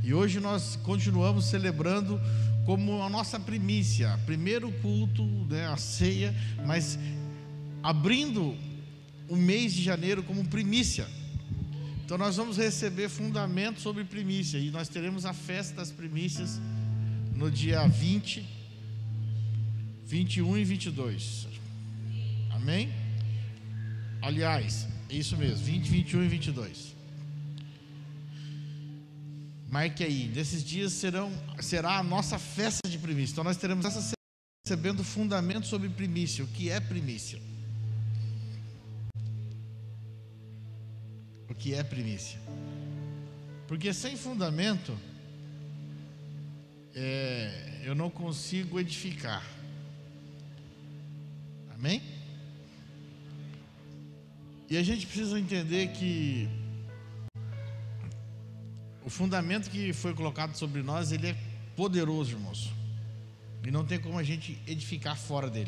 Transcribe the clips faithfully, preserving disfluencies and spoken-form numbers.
E hoje nós continuamos celebrando como a nossa primícia, primeiro culto, né, a ceia, mas abrindo o mês de janeiro como primícia. Então nós vamos receber fundamentos sobre primícia, e nós teremos a festa das primícias no dia vinte, vinte e um e vinte e dois. Amém? Aliás, é isso mesmo, vinte, vinte e um e vinte e dois. Marque aí, nesses dias serão, será a nossa festa de primícia. Então nós teremos essa recebendo fundamentos sobre primícia. O que é primícia? O que é primícia? Porque sem fundamento é, eu não consigo edificar. Amém? E a gente precisa entender que o fundamento que foi colocado sobre nós, ele é poderoso, irmãos, e não tem como a gente edificar fora dele.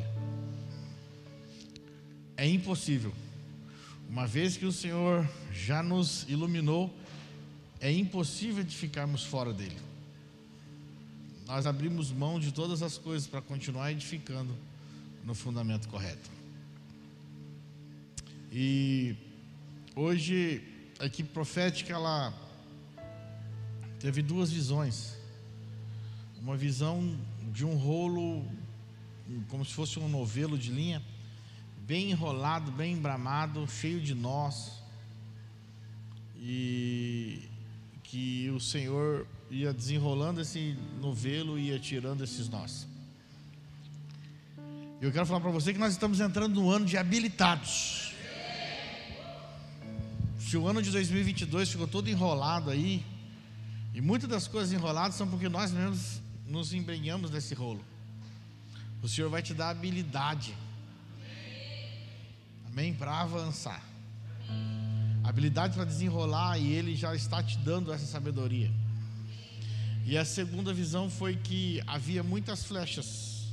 É impossível. Uma vez que o Senhor já nos iluminou, é impossível edificarmos fora dele. Nós abrimos mão de todas as coisas para continuar edificando no fundamento correto. E hoje a equipe profética, ela teve duas visões. Uma visão de um rolo, como se fosse um novelo de linha, bem enrolado, bem embramado, cheio de nós, e que o Senhor ia desenrolando esse novelo e ia tirando esses nós. Eu quero falar para você que nós estamos entrando no ano de habilitados. Se o ano de dois mil e vinte e dois ficou todo enrolado aí, e muitas das coisas enroladas são porque nós mesmos nos embrenhamos nesse rolo, o Senhor vai te dar habilidade, amém? Para avançar, habilidade para desenrolar, e Ele já está te dando essa sabedoria. E a segunda visão foi que havia muitas flechas,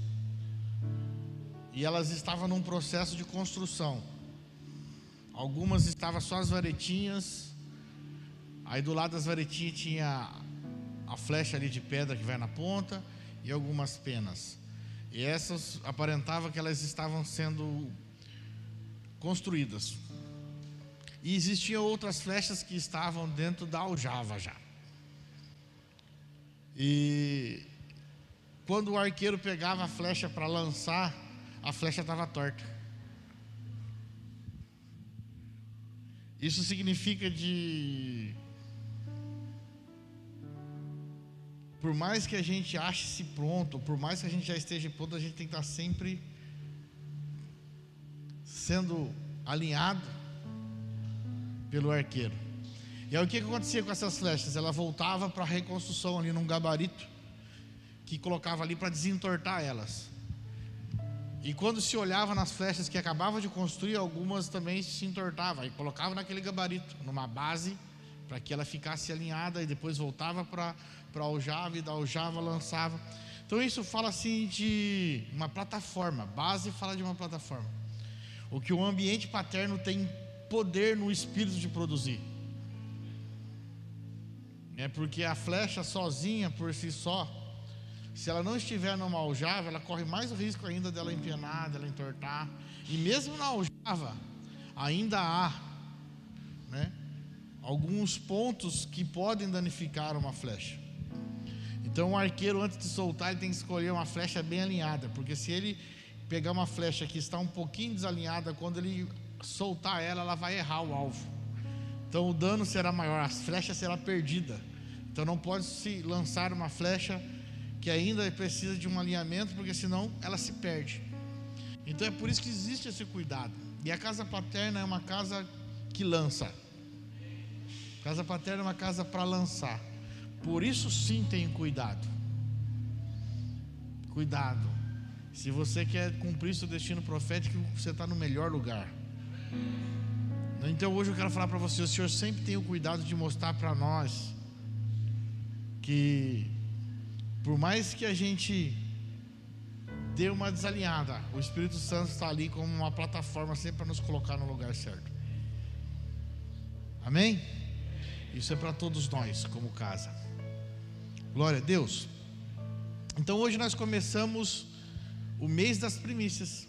e elas estavam num processo de construção. Algumas estavam só as varetinhas, aí do lado das varetinhas tinha a flecha ali de pedra que vai na ponta, e algumas penas. E essas aparentava que elas estavam sendo construídas. E existiam outras flechas que estavam dentro da aljava já. E quando o arqueiro pegava a flecha para lançar, a flecha estava torta. Isso significa de... por mais que a gente ache-se pronto, por mais que a gente já esteja pronto, a gente tem que estar sempre sendo alinhado pelo arqueiro. E aí o que acontecia com essas flechas? Ela voltava para a reconstrução ali num gabarito que colocava ali para desentortar elas. E quando se olhava nas flechas que acabava de construir, algumas também se entortavam, e colocava naquele gabarito, numa base, para que ela ficasse alinhada, e depois voltava para a aljava, e da aljava lançava. Então isso fala assim de uma plataforma. Base fala de uma plataforma. O que o ambiente paterno tem poder no espírito de produzir. É porque a flecha sozinha, por si só, se ela não estiver numa aljava, ela corre mais o risco ainda dela empenar, dela entortar. E mesmo na aljava, ainda há, né, alguns pontos que podem danificar uma flecha. Então o arqueiro, antes de soltar, ele tem que escolher uma flecha bem alinhada, porque se ele pegar uma flecha que está um pouquinho desalinhada, quando ele soltar ela, ela vai errar o alvo. Então o dano será maior, a flecha será perdida. Então não pode se lançar uma flecha que ainda precisa de um alinhamento, porque senão ela se perde. Então é por isso que existe esse cuidado. E a casa paterna é uma casa que lança. A casa paterna é uma casa para lançar. Por isso sim, tenha cuidado. Cuidado. Se você quer cumprir seu destino profético, você está no melhor lugar. Então hoje eu quero falar para você, o Senhor sempre tem o cuidado de mostrar para nós que por mais que a gente dê uma desalinhada, o Espírito Santo está ali como uma plataforma sempre para nos colocar no lugar certo. Amém? Isso é para todos nós como casa. Glória a Deus. Então hoje nós começamos o mês das primícias.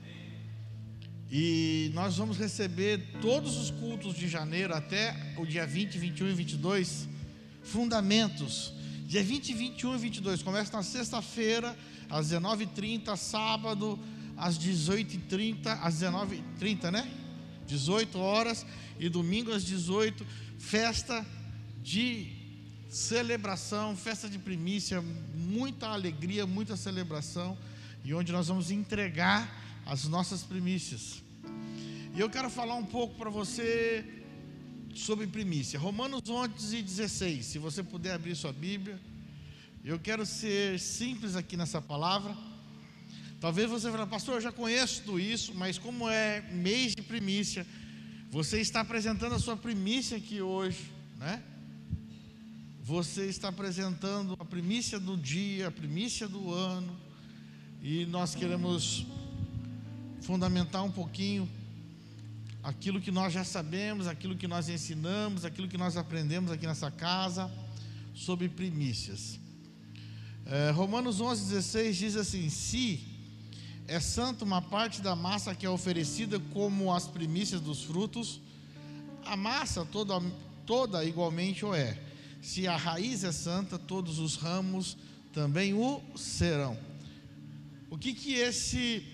E nós vamos receber todos os cultos de janeiro até o dia vinte, vinte e um e vinte e dois, fundamentos. Dia vinte, vinte e um e vinte e dois, começa na sexta-feira, às dezenove e trinta, sábado, às dezoito e trinta, às dezenove e trinta, né? dezoito horas, e domingo às dezoito, festa de celebração, festa de primícia, muita alegria, muita celebração, e onde nós vamos entregar as nossas primícias. E eu quero falar um pouco para você sobre primícia. Romanos onze, dezesseis. Se você puder abrir sua Bíblia. Eu quero ser simples aqui nessa palavra. Talvez você fale, pastor, eu já conheço tudo isso, mas como é mês de primícia, você está apresentando a sua primícia aqui hoje, né? Você está apresentando a primícia do dia, a primícia do ano, e nós queremos fundamentar um pouquinho aquilo que nós já sabemos, aquilo que nós ensinamos, aquilo que nós aprendemos aqui nessa casa sobre primícias. é, Romanos onze, dezesseis diz assim: se é santo uma parte da massa que é oferecida como as primícias dos frutos, a massa toda, toda igualmente o é. Se a raiz é santa, todos os ramos também o serão. O que que esse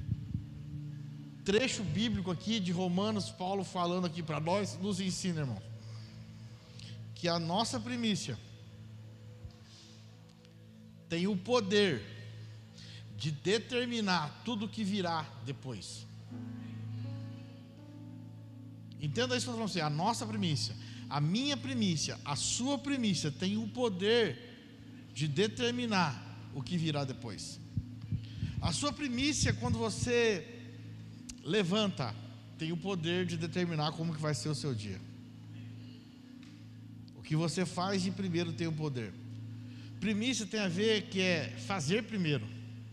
trecho bíblico aqui de Romanos, Paulo falando aqui para nós, nos ensina, irmão? Que a nossa primícia tem o poder de determinar tudo que virá depois. Entenda isso que eu estou falando assim: a nossa primícia, a minha primícia, a sua primícia tem o poder de determinar o que virá depois. A sua primícia, quando você levanta, tem o poder de determinar como que vai ser o seu dia. O que você faz de primeiro tem o poder. Primícia tem a ver que é fazer primeiro.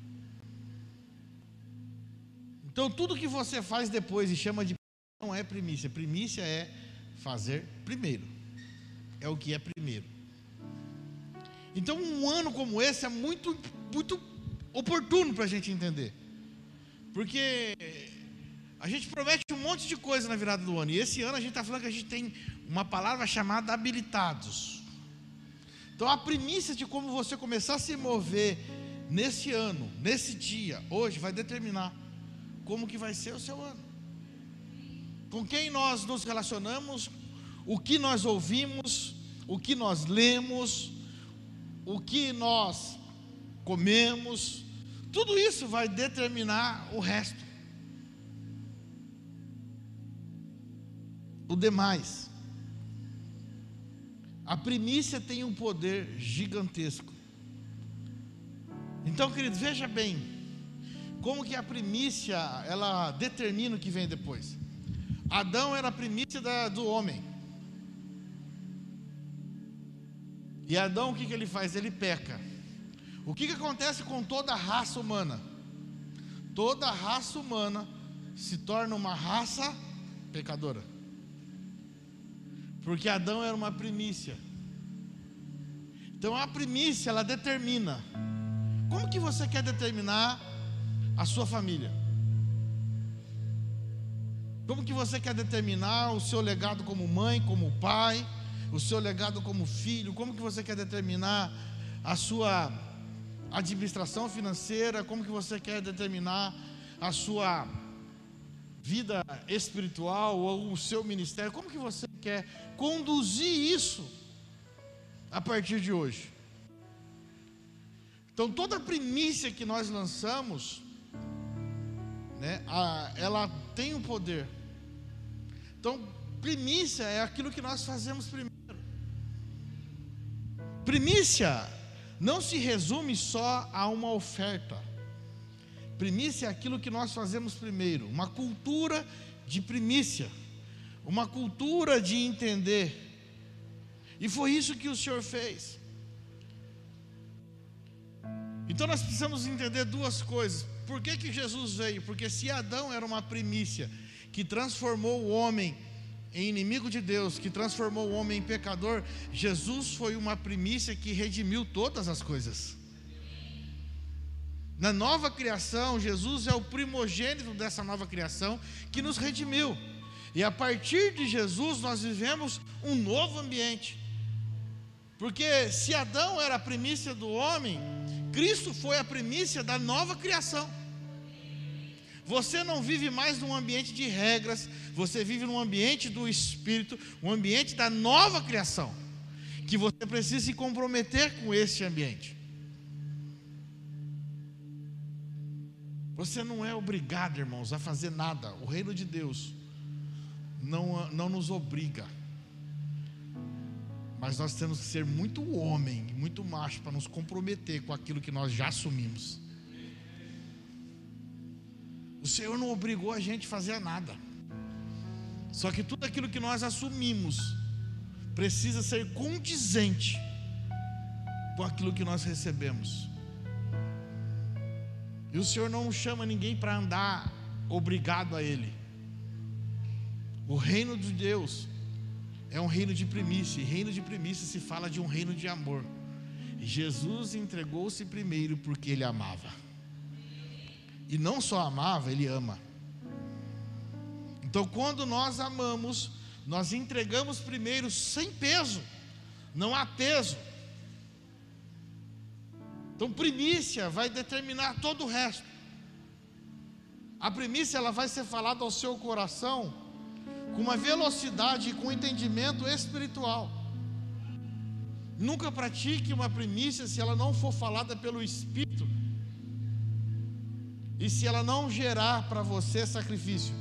Então tudo que você faz depois e chama de não é primícia. Primícia é fazer primeiro. É o que é primeiro. Então um ano como esse é muito, muito oportuno para a gente entender. Porque a gente promete um monte de coisa na virada do ano. E esse ano a gente está falando que a gente tem uma palavra chamada habilitados. Então a primícia de como você começar a se mover nesse ano, nesse dia, hoje, vai determinar como que vai ser o seu ano. Com quem nós nos relacionamos, o que nós ouvimos, o que nós lemos, o que nós comemos, tudo isso vai determinar o resto. O demais. A primícia tem um poder gigantesco. Então, querido, veja bem como que a primícia ela determina o que vem depois. Adão era a primícia da, do homem. E Adão, o que, que ele faz? Ele peca. O que, que acontece com toda a raça humana? Toda a raça humana se torna uma raça pecadora. Porque Adão era uma primícia. Então a primícia ela determina. Como que você quer determinar a sua família? Como que você quer determinar o seu legado como mãe, como pai, o seu legado como filho? Como que você quer determinar a sua administração financeira? Como que você quer determinar a sua vida espiritual ou o seu ministério? Como que você quer conduzir isso a partir de hoje? Então toda a primícia que nós lançamos, né, a, ela tem um poder. Então primícia é aquilo que nós fazemos primeiro. Primícia não se resume só a uma oferta. Primícia é aquilo que nós fazemos primeiro. Uma cultura de primícia, uma cultura de entender. E foi isso que o Senhor fez. Então nós precisamos entender duas coisas. Por que que Jesus veio? Porque se Adão era uma primícia que transformou o homem em inimigo de Deus, que transformou o homem em pecador, Jesus foi uma primícia que redimiu todas as coisas. Na nova criação, Jesus é o primogênito dessa nova criação que nos redimiu. E a partir de Jesus nós vivemos um novo ambiente. Porque se Adão era a primícia do homem, Cristo foi a primícia da nova criação. Você não vive mais num ambiente de regras, você vive num ambiente do Espírito, um ambiente da nova criação, que você precisa se comprometer com esse ambiente. Você não é obrigado, irmãos, a fazer nada. O reino de Deus não, não nos obriga. Mas nós temos que ser muito homem, muito macho, para nos comprometer com aquilo que nós já assumimos. O Senhor não obrigou a gente a fazer nada. Só que tudo aquilo que nós assumimos precisa ser condizente com aquilo que nós recebemos. E o Senhor não chama ninguém para andar obrigado a Ele. O reino de Deus é um reino de primícia, e reino de primícia se fala de um reino de amor. E Jesus entregou-se primeiro porque Ele amava. E não só amava, Ele ama. Então quando nós amamos, nós entregamos primeiro sem peso. Não há peso. Então primícia vai determinar todo o resto. A primícia ela vai ser falada ao seu coração com uma velocidade e com entendimento espiritual. Nunca pratique uma primícia se ela não for falada pelo Espírito e se ela não gerar para você sacrifício.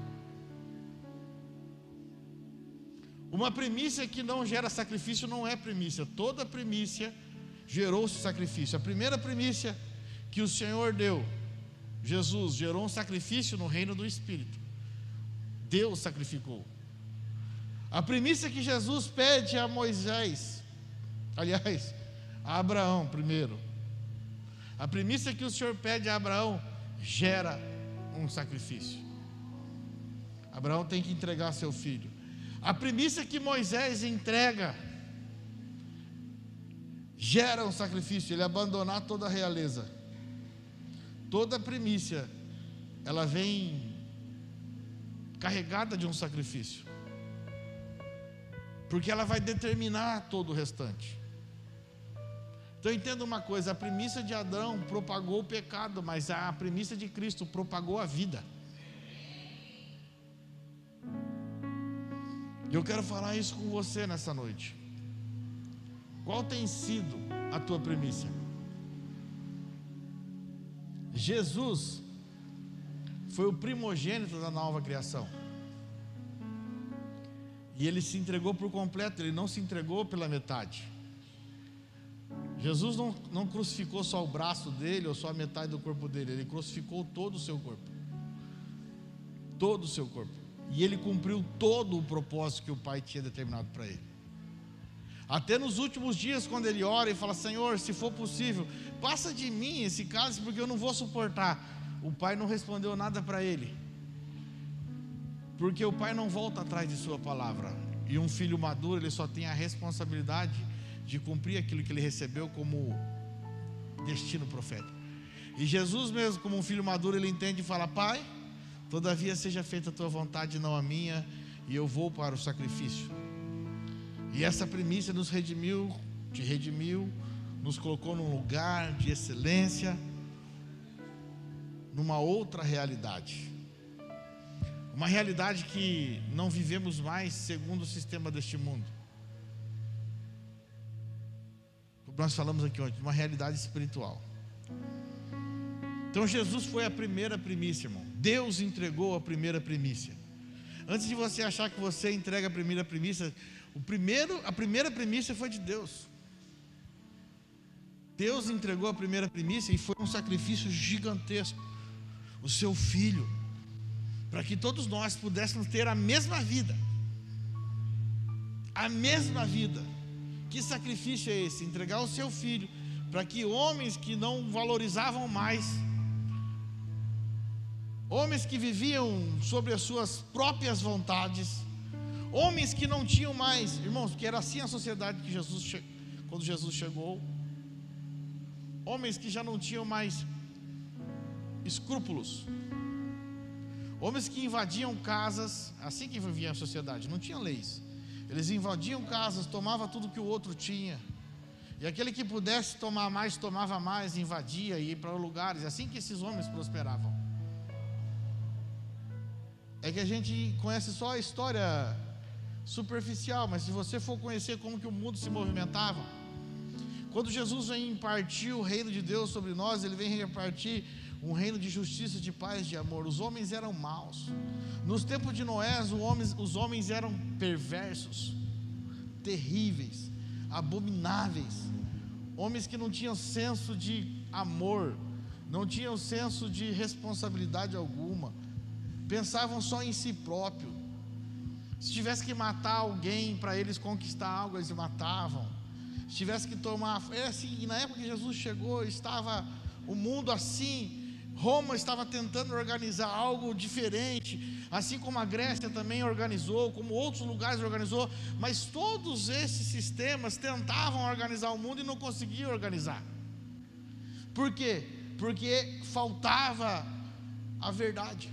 Uma primícia que não gera sacrifício não é primícia. Toda primícia gerou-se sacrifício. A primeira primícia que o Senhor deu, Jesus, gerou um sacrifício no reino do Espírito. Deus sacrificou. A primícia que Jesus pede a Moisés, aliás, a Abraão primeiro. A primícia que o Senhor pede a Abraão gera um sacrifício. Abraão tem que entregar seu filho. A primícia que Moisés entrega gera um sacrifício, ele abandonar toda a realeza. Toda primícia ela vem carregada de um sacrifício, porque ela vai determinar todo o restante. Então entenda uma coisa: a primícia de Adão propagou o pecado, mas a primícia de Cristo propagou a vida. Eu quero falar isso com você nessa noite. Qual tem sido a tua primícia? Jesus foi o primogênito da nova criação, e Ele se entregou por completo. Ele não se entregou pela metade. Jesus não, não crucificou só o braço dele ou só a metade do corpo dele. Ele crucificou todo o seu corpo, todo o seu corpo. E Ele cumpriu todo o propósito que o Pai tinha determinado para Ele. Até nos últimos dias, quando Ele ora e fala: Senhor, se for possível, passa de mim esse cálice, porque eu não vou suportar. O Pai não respondeu nada para Ele, porque o Pai não volta atrás de sua palavra. E um filho maduro, ele só tem a responsabilidade de cumprir aquilo que ele recebeu como destino profético. E Jesus mesmo, como um filho maduro, ele entende e fala: Pai, todavia seja feita a tua vontade, não a minha, e eu vou para o sacrifício. E essa primícia nos redimiu, te redimiu, nos colocou num lugar de excelência, numa outra realidade. Uma realidade que não vivemos mais segundo o sistema deste mundo. Como nós falamos aqui ontem, uma realidade espiritual. Então Jesus foi a primeira primícia, irmão. Deus entregou a primeira primícia. Antes de você achar que você entrega a primeira primícia, o primeiro, a primeira primícia foi de Deus. Deus entregou a primeira primícia e foi um sacrifício gigantesco. O seu filho, para que todos nós pudéssemos ter a mesma vida. A mesma vida. Que sacrifício é esse? Entregar o seu filho, para que homens que não valorizavam mais, homens que viviam sobre as suas próprias vontades, Homens que não tinham mais, irmãos, porque era assim a sociedade que Jesus che... quando Jesus chegou. Homens que já não tinham mais escrúpulos. Homens que invadiam casas, assim que vivia a sociedade, não tinha leis. Eles invadiam casas, tomavam tudo que o outro tinha. E aquele que pudesse tomar mais, tomava mais, invadia e ia para lugares. É assim que esses homens prosperavam. É que a gente conhece só a história superficial, mas se você for conhecer como que o mundo se movimentava, quando Jesus vem impartir o reino de Deus sobre nós, Ele vem repartir um reino de justiça, de paz, de amor. Os homens eram maus. Nos tempos de Noé, os homens, os homens eram perversos, terríveis, abomináveis. Homens que não tinham senso de amor, não tinham senso de responsabilidade alguma, pensavam só em si próprio. Se tivesse que matar alguém para eles conquistar algo, eles matavam. Se tivesse que tomar, é assim, e na época que Jesus chegou, estava o mundo assim. Roma estava tentando organizar algo diferente, assim como a Grécia também organizou, como outros lugares organizou, mas todos esses sistemas tentavam organizar o mundo e não conseguiam organizar. Por quê? Porque faltava a verdade.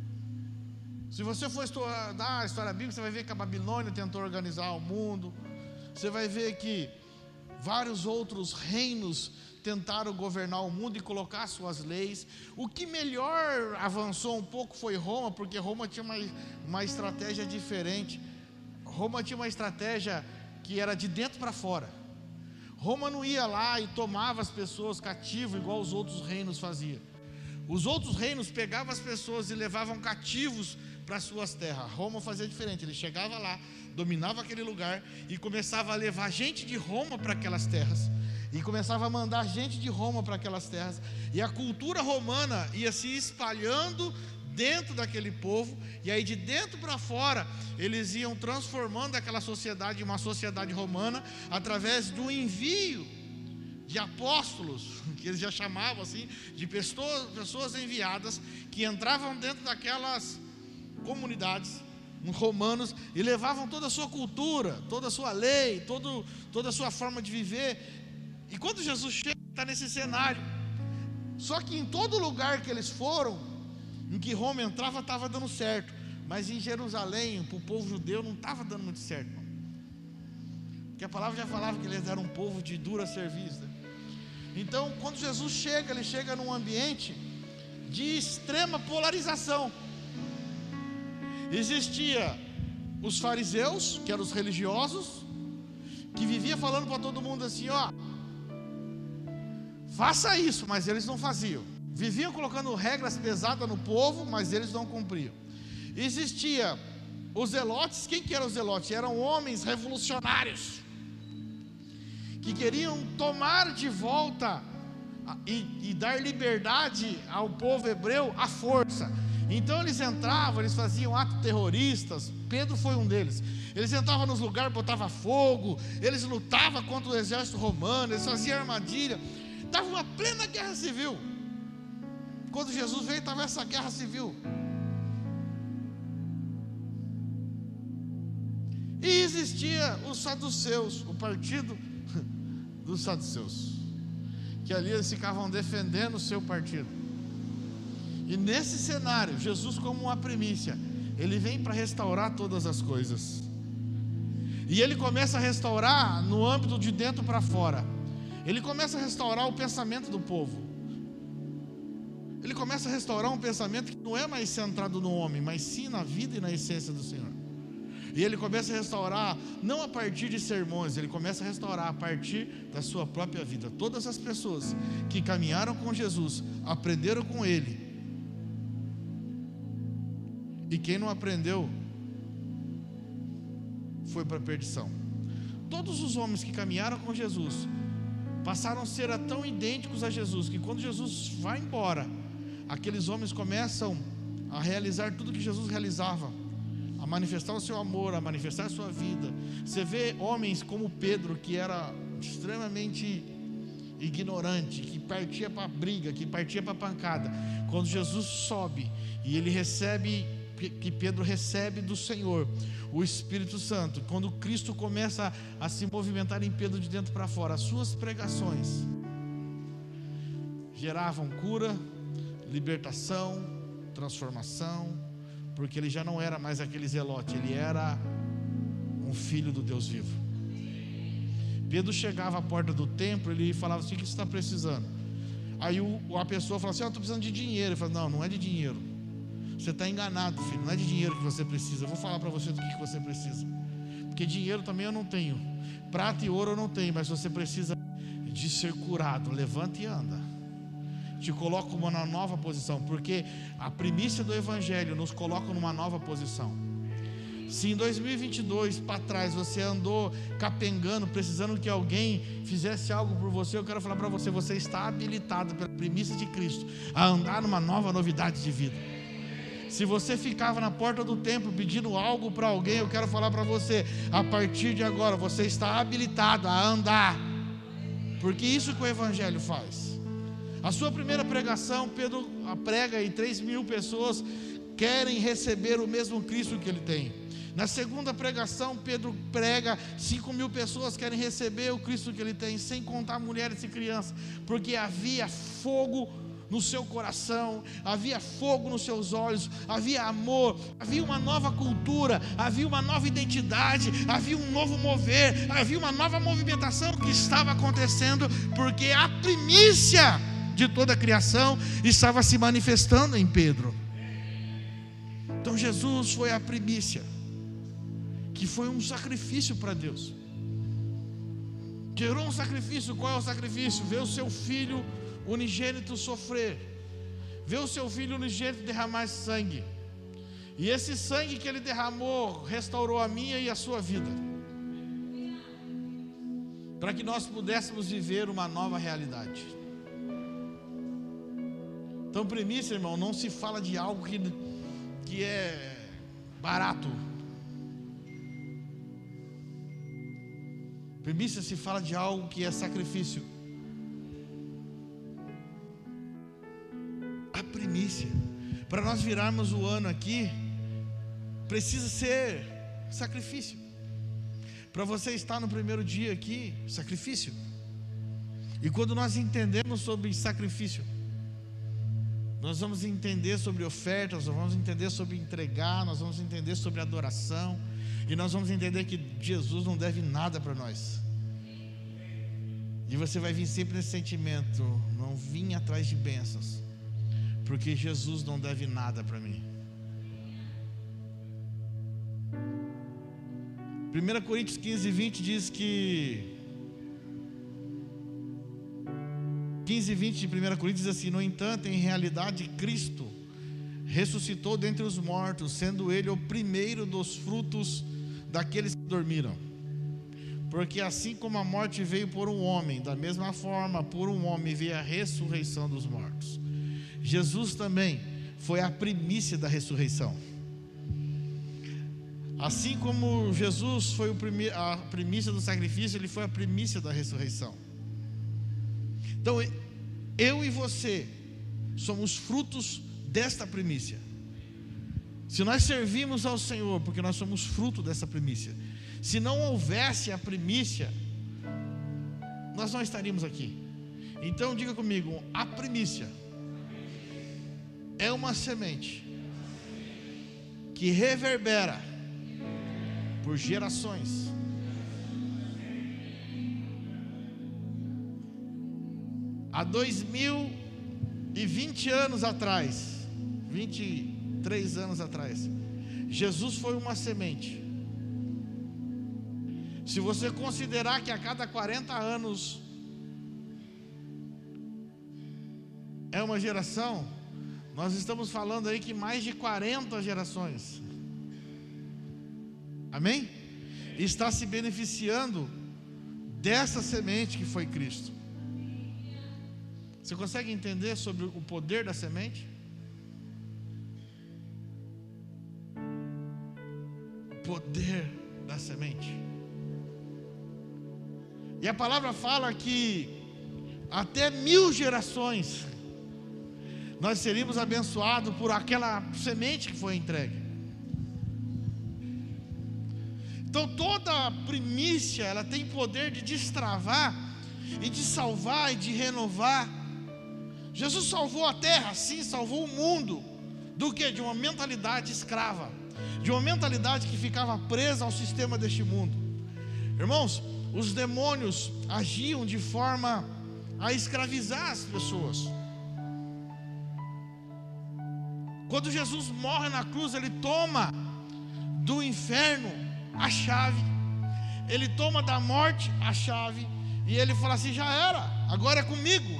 Se você for estudar a história bíblica, você vai ver que a Babilônia tentou organizar o mundo, você vai ver que vários outros reinos tentaram governar o mundo e colocar suas leis. O que melhor avançou um pouco foi Roma, porque Roma tinha uma, uma estratégia diferente. Roma tinha uma estratégia que era de dentro para fora. Roma não ia lá e tomava as pessoas cativos igual os outros reinos faziam. Os outros reinos pegavam as pessoas e levavam cativos para suas terras. Roma fazia diferente, ele chegava lá, dominava aquele lugar e começava a levar gente de Roma para aquelas terras. E começava a mandar gente de Roma para aquelas terras. E a cultura romana ia se espalhando dentro daquele povo. E aí de dentro para fora, eles iam transformando aquela sociedade em uma sociedade romana, através do envio de apóstolos, que eles já chamavam assim, de pessoas, pessoas enviadas, que entravam dentro daquelas comunidades romanos e levavam toda a sua cultura, toda a sua lei, todo, toda a sua forma de viver. E quando Jesus chega, está nesse cenário. Só que em todo lugar que eles foram, em que Roma entrava, estava dando certo. Mas em Jerusalém, para o povo judeu, não estava dando muito certo. Não. Porque a palavra já falava que eles eram um povo de dura serviço. Então, quando Jesus chega, ele chega num ambiente de extrema polarização. Existia os fariseus, que eram os religiosos, que vivia falando para todo mundo assim, ó, faça isso, mas eles não faziam. Viviam colocando regras pesadas no povo, mas eles não cumpriam. Existia os zelotes. Quem que eram os zelotes? Eram homens revolucionários, que queriam tomar de volta e, e dar liberdade ao povo hebreu à força. Então eles entravam, eles faziam atos terroristas. Pedro foi um deles. Eles entravam nos lugares, botavam fogo, eles lutavam contra o exército romano, eles faziam armadilha. Estava uma plena guerra civil. Quando Jesus veio, estava essa guerra civil. E existia os saduceus, o partido dos saduceus, que ali eles ficavam defendendo o seu partido. E nesse cenário, Jesus, como uma primícia, ele vem para restaurar todas as coisas. E ele começa a restaurar no âmbito de dentro para fora. Ele começa a restaurar o pensamento do povo. Ele começa a restaurar um pensamento que não é mais centrado no homem, mas sim na vida e na essência do Senhor. E ele começa a restaurar não a partir de sermões, ele começa a restaurar a partir da sua própria vida. Todas as pessoas que caminharam com Jesus, aprenderam com ele. E quem não aprendeu foi para a perdição. Todos os homens que caminharam com Jesus passaram a ser tão idênticos a Jesus, que quando Jesus vai embora, aqueles homens começam a realizar tudo que Jesus realizava, a manifestar o seu amor, a manifestar a sua vida. Você vê homens como Pedro, que era extremamente ignorante, que partia para a briga, que partia para a pancada. Quando Jesus sobe e ele recebe que Pedro recebe do Senhor, o Espírito Santo, quando Cristo começa a se movimentar em Pedro de dentro para fora, as suas pregações geravam cura, libertação, transformação, porque ele já não era mais aquele zelote, ele era um filho do Deus vivo. Pedro chegava à porta do templo, ele falava assim: o que você está precisando? Aí o, a pessoa falava assim: eu estou precisando de dinheiro. Ele falava: não, não é de dinheiro, você está enganado, filho, não é de dinheiro que você precisa. Eu vou falar para você do que, que você precisa, porque dinheiro também eu não tenho, prata e ouro eu não tenho, mas você precisa de ser curado. Levanta e anda. Te coloca numa nova posição, porque a primícia do Evangelho nos coloca numa nova posição. Se em dois mil e vinte e dois para trás você andou capengando, precisando que alguém fizesse algo por você, eu quero falar para você: você está habilitado pela primícia de Cristo a andar numa nova novidade de vida. Se você ficava na porta do templo pedindo algo para alguém, eu quero falar para você: a partir de agora você está habilitado a andar, porque isso que o Evangelho faz. A sua primeira pregação, Pedro prega e três mil pessoas querem receber o mesmo Cristo que ele tem. Na segunda pregação, Pedro prega, cinco mil pessoas querem receber o Cristo que ele tem, sem contar mulheres e crianças, porque havia fogo no seu coração, havia fogo nos seus olhos, havia amor, havia uma nova cultura, havia uma nova identidade, havia um novo mover, havia uma nova movimentação que estava acontecendo, porque a primícia de toda a criação estava se manifestando em Pedro. Então Jesus foi a primícia, que foi um sacrifício para Deus. Gerou um sacrifício. Qual é o sacrifício? Ver o seu filho unigênito sofrer, ver o seu filho unigênito derramar sangue, e esse sangue que ele derramou restaurou a minha e a sua vida, para que nós pudéssemos viver uma nova realidade. Então, primícia, irmão, não se fala de algo que, que é barato. Primícia se fala de algo que é sacrifício. A primícia, para nós virarmos o ano aqui, precisa ser sacrifício. Para você estar no primeiro dia aqui, sacrifício. E quando nós entendemos sobre sacrifício, nós vamos entender sobre ofertas, nós vamos entender sobre entregar, nós vamos entender sobre adoração, e nós vamos entender que Jesus não deve nada para nós. E você vai vir sempre nesse sentimento: não vim atrás de bênçãos, porque Jesus não deve nada para mim. primeira Coríntios quinze, vinte diz que quinze, vinte de primeira Coríntios diz assim: no entanto, em realidade, Cristo ressuscitou dentre os mortos, sendo Ele o primeiro dos frutos daqueles que dormiram. Porque assim como a morte veio por um homem, da mesma forma por um homem veio a ressurreição dos mortos. Jesus também foi a primícia da ressurreição. Assim como Jesus foi o primi- a primícia do sacrifício, Ele foi a primícia da ressurreição. Então, eu e você somos frutos desta primícia. Se nós servimos ao Senhor, porque nós somos fruto dessa primícia. Se não houvesse a primícia, nós não estaríamos aqui. Então diga comigo: a primícia é uma semente que reverbera por gerações. Há dois mil e vinte anos atrás, vinte e três anos atrás, Jesus foi uma semente. Se você considerar que a cada quarenta anos é uma geração, nós estamos falando aí que mais de quarenta gerações, amém? Está se beneficiando dessa semente que foi Cristo. Você consegue entender sobre o poder da semente? O poder da semente. E a palavra fala que até mil gerações nós seríamos abençoados por aquela semente que foi entregue. Então toda primícia, ela tem poder de destravar e de salvar e de renovar. Jesus salvou a terra, sim, salvou o mundo. Do que? De uma mentalidade escrava, de uma mentalidade que ficava presa ao sistema deste mundo. Irmãos, os demônios agiam de forma a escravizar as pessoas. Quando Jesus morre na cruz, Ele toma do inferno a chave, Ele toma da morte a chave, e Ele fala assim: já era, agora é comigo.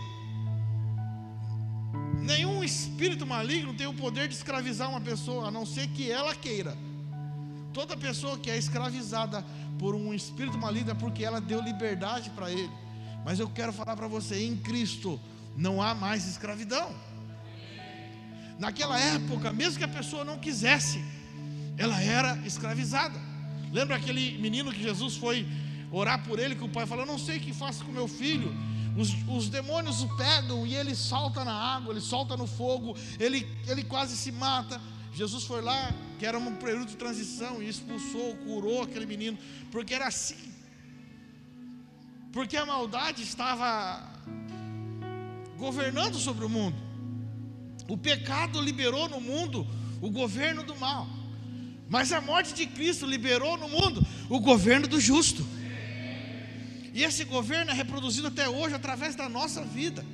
Nenhum espírito maligno tem o poder de escravizar uma pessoa, a não ser que ela queira. Toda pessoa que é escravizada por um espírito maligno é porque ela deu liberdade para ele. Mas eu quero falar para você, em Cristo não há mais escravidão. Naquela época, mesmo que a pessoa não quisesse, ela era escravizada. Lembra aquele menino que Jesus foi orar por ele, que o pai falou: não sei o que faço com meu filho. Os, os demônios o pegam e ele salta na água, ele solta no fogo, ele, ele quase se mata. Jesus foi lá, que era um período de transição, e expulsou, curou aquele menino, porque era assim, porque a maldade estava governando sobre o mundo. O pecado liberou no mundo o governo do mal, mas a morte de Cristo liberou no mundo o governo do justo. E esse governo é reproduzido até hoje através da nossa vida.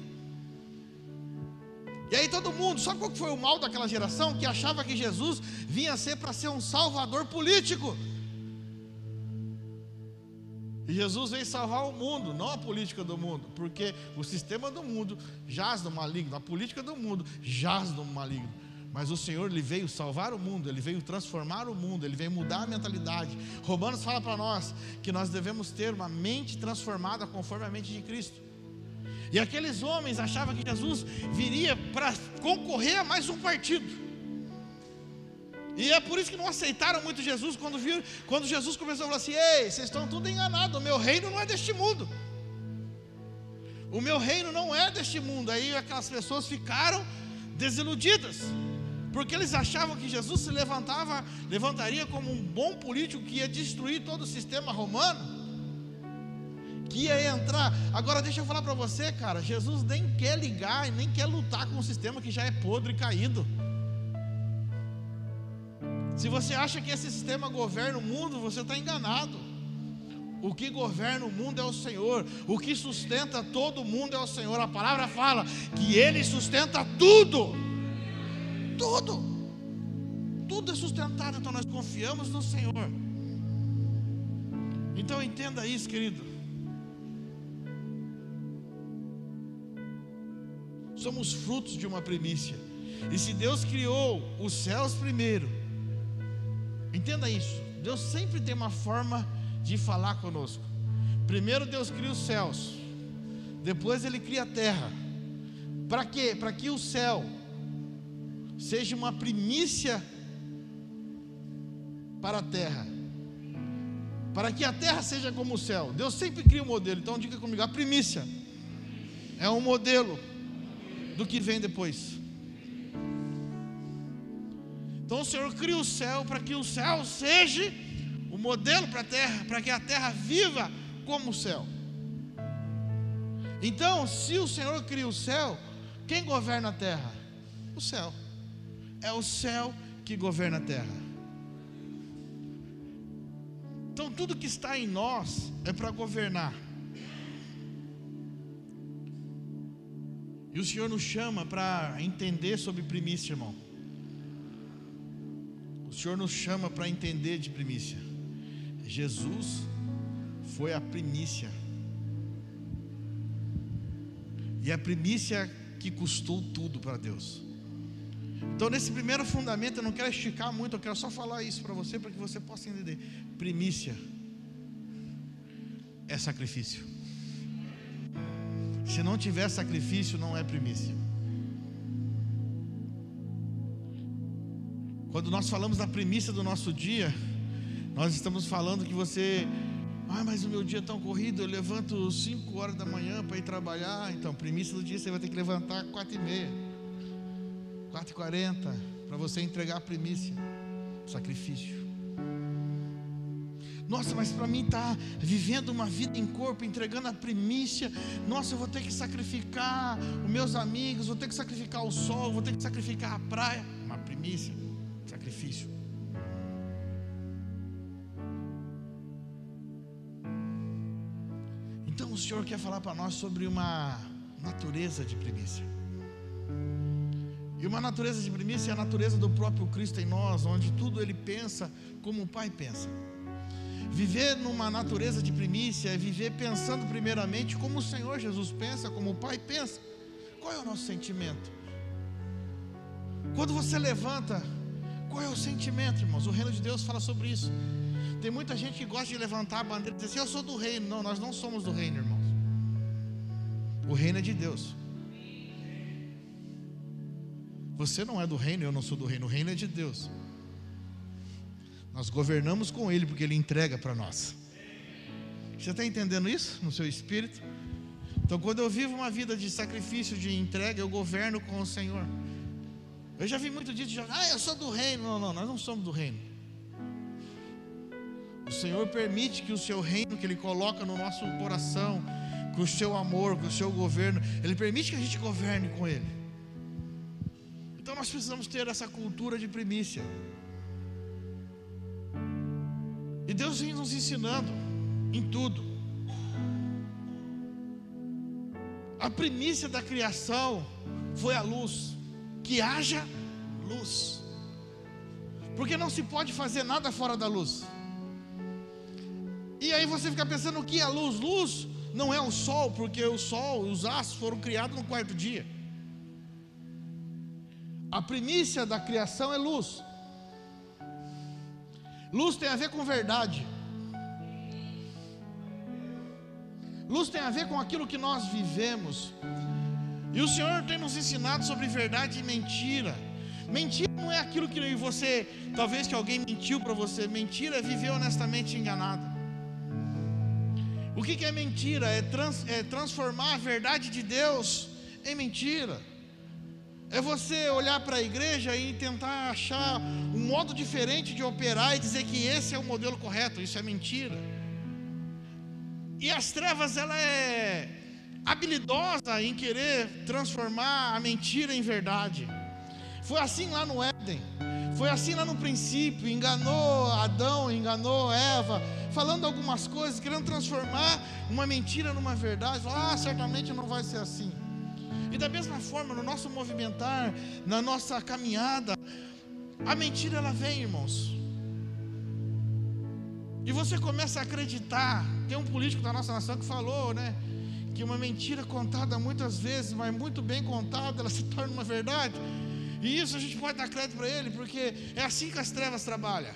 E aí todo mundo, sabe qual que foi o mal daquela geração? Que achava que Jesus vinha ser para ser um salvador político. E Jesus veio salvar o mundo, não a política do mundo, porque o sistema do mundo jaz no maligno, a política do mundo jaz no maligno. Mas o Senhor, Ele veio salvar o mundo, Ele veio transformar o mundo, Ele veio mudar a mentalidade. Romanos fala para nós que nós devemos ter uma mente transformada conforme a mente de Cristo. E aqueles homens achavam que Jesus viria para concorrer a mais um partido. E é por isso que não aceitaram muito Jesus quando viram, quando Jesus começou a falar assim: ei, vocês estão tudo enganados, o meu reino não é deste mundo. O meu reino não é deste mundo. Aí aquelas pessoas ficaram desiludidas, porque eles achavam que Jesus se levantava, levantaria como um bom político que ia destruir todo o sistema romano, que ia entrar. Agora deixa eu falar para você, cara, Jesus nem quer ligar e nem quer lutar com um sistema que já é podre e caído. Se você acha que esse sistema governa o mundo, você está enganado. O que governa o mundo é o Senhor. O que sustenta todo mundo é o Senhor. A palavra fala que Ele sustenta tudo. Tudo. Tudo é sustentado. Então nós confiamos no Senhor. Então entenda isso, querido. Somos frutos de uma primícia. E se Deus criou os céus primeiro, entenda isso, Deus sempre tem uma forma de falar conosco. Primeiro Deus cria os céus, depois Ele cria a terra. Para quê? Para que o céu seja uma primícia para a terra, para que a terra seja como o céu. Deus sempre cria um modelo. Então diga comigo: a primícia é um modelo do que vem depois. Então o Senhor cria o céu para que o céu seja o modelo para a terra, para que a terra viva como o céu. Então, se o Senhor cria o céu, quem governa a terra? O céu. É o céu que governa a terra. Então tudo que está em nós é para governar. E o Senhor nos chama para entender sobre primícia, irmão. O Senhor nos chama para entender de primícia. Jesus foi a primícia. E a primícia que custou tudo para Deus. Então nesse primeiro fundamento, eu não quero esticar muito, eu quero só falar isso para você, para que você possa entender. Primícia é sacrifício. Se não tiver sacrifício, não é primícia. Quando nós falamos da primícia do nosso dia, nós estamos falando que você: ah, mas o meu dia é tão corrido, eu levanto cinco horas da manhã para ir trabalhar. Então, primícia do dia, você vai ter que levantar quatro e meia, quatro e quarenta, para você entregar a primícia, sacrifício. Nossa, mas para mim estar tá vivendo uma vida em corpo, entregando a primícia, nossa, eu vou ter que sacrificar os meus amigos, vou ter que sacrificar o sol, vou ter que sacrificar a praia. Uma primícia, sacrifício. Então o Senhor quer falar para nós sobre uma natureza de primícia. E uma natureza de primícia é a natureza do próprio Cristo em nós, onde tudo Ele pensa como o Pai pensa. Viver numa natureza de primícia é viver pensando primeiramente como o Senhor Jesus pensa, como o Pai pensa. Qual é o nosso sentimento? Quando você levanta, qual é o sentimento, irmãos? O reino de Deus fala sobre isso. Tem muita gente que gosta de levantar a bandeira e dizer assim, eu sou do reino. Não, nós não somos do reino, irmãos. O reino é de Deus. Você não é do reino, eu não sou do reino. O reino é de Deus. Nós governamos com Ele, porque Ele entrega para nós. Você está entendendo isso no seu espírito? Então, quando eu vivo uma vida de sacrifício, de entrega, eu governo com o Senhor. Eu já vi muito disso, já, ah, eu sou do reino. Não, não, nós não somos do reino. O Senhor permite que o seu reino, que Ele coloca no nosso coração, com o seu amor, com o seu governo, Ele permite que a gente governe com Ele. Então nós precisamos ter essa cultura de primícia. E Deus vem nos ensinando em tudo. A primícia da criação foi a luz. Que haja luz. Porque não se pode fazer nada fora da luz. E aí você fica pensando, o que é a luz? Luz não é o sol, porque o sol, os astros foram criados no quarto dia. A primícia da criação é luz. Luz tem a ver com verdade. Luz tem a ver com aquilo que nós vivemos. E o Senhor tem nos ensinado sobre verdade e mentira. Mentira não é aquilo que você, talvez que alguém mentiu para você. Mentira é viver honestamente enganado. O que, que é mentira? É, trans, é transformar a verdade de Deus em mentira. É você olhar para a igreja e tentar achar um modo diferente de operar e dizer que esse é o modelo correto. Isso é mentira. E as trevas, ela é habilidosa em querer transformar a mentira em verdade. Foi assim lá no Éden. Foi assim lá no princípio. Enganou Adão, enganou Eva, falando algumas coisas, querendo transformar uma mentira numa verdade. Ah, certamente não vai ser assim. E da mesma forma, no nosso movimentar, na nossa caminhada, a mentira ela vem, irmãos. E você começa a acreditar. Tem um político da nossa nação que falou, né, que uma mentira contada muitas vezes, mas muito bem contada, ela se torna uma verdade. E isso a gente pode dar crédito para ele, porque é assim que as trevas trabalham.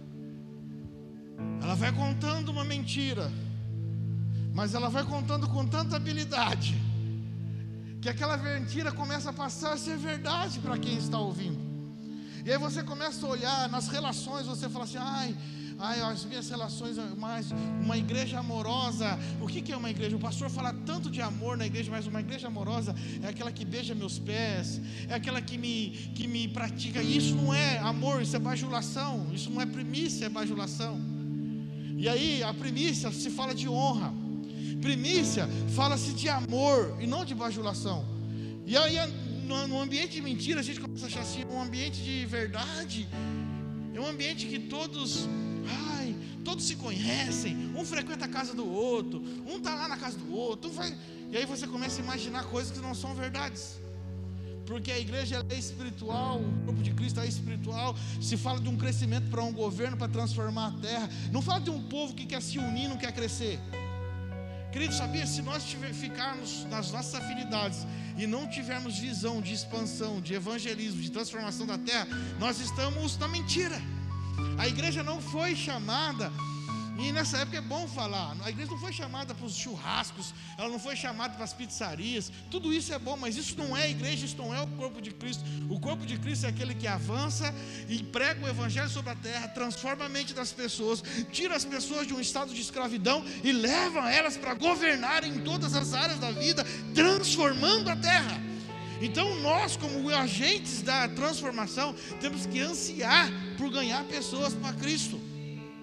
Ela vai contando uma mentira, mas ela vai contando com tanta habilidade que aquela mentira começa a passar a ser verdade para quem está ouvindo. E aí você começa a olhar nas relações, você fala assim, ai, ai, as minhas relações, mais uma igreja amorosa. O que, que é uma igreja? O pastor fala tanto de amor na igreja, mas uma igreja amorosa é aquela que beija meus pés, é aquela que me, que me pratica. E isso não é amor, isso é bajulação. Isso não é primícia, é bajulação. E aí a primícia se fala de honra. Primícia fala-se de amor e não de bajulação. E aí no ambiente de mentira a gente começa a achar assim, um ambiente de verdade é um ambiente que todos, ai, todos se conhecem, um frequenta a casa do outro, um está lá na casa do outro, um vai... e aí você começa a imaginar coisas que não são verdades. Porque a igreja ela é espiritual, o corpo de Cristo é espiritual. Se fala de um crescimento para um governo, para transformar a terra. Não fala de um povo que quer se unir, não quer crescer. Querido, sabia? Se nós tiver, ficarmos nas nossas afinidades e não tivermos visão de expansão, de evangelismo, de transformação da terra, nós estamos na mentira. A igreja não foi chamada, e nessa época é bom falar, a igreja não foi chamada para os churrascos, ela não foi chamada para as pizzarias. Tudo isso é bom, mas isso não é a igreja, isso não é o corpo de Cristo. O corpo de Cristo é aquele que avança e prega o evangelho sobre a terra, transforma a mente das pessoas, tira as pessoas de um estado de escravidão e leva elas para governarem em todas as áreas da vida, transformando a terra. Então nós, como agentes da transformação, temos que ansiar por ganhar pessoas para Cristo.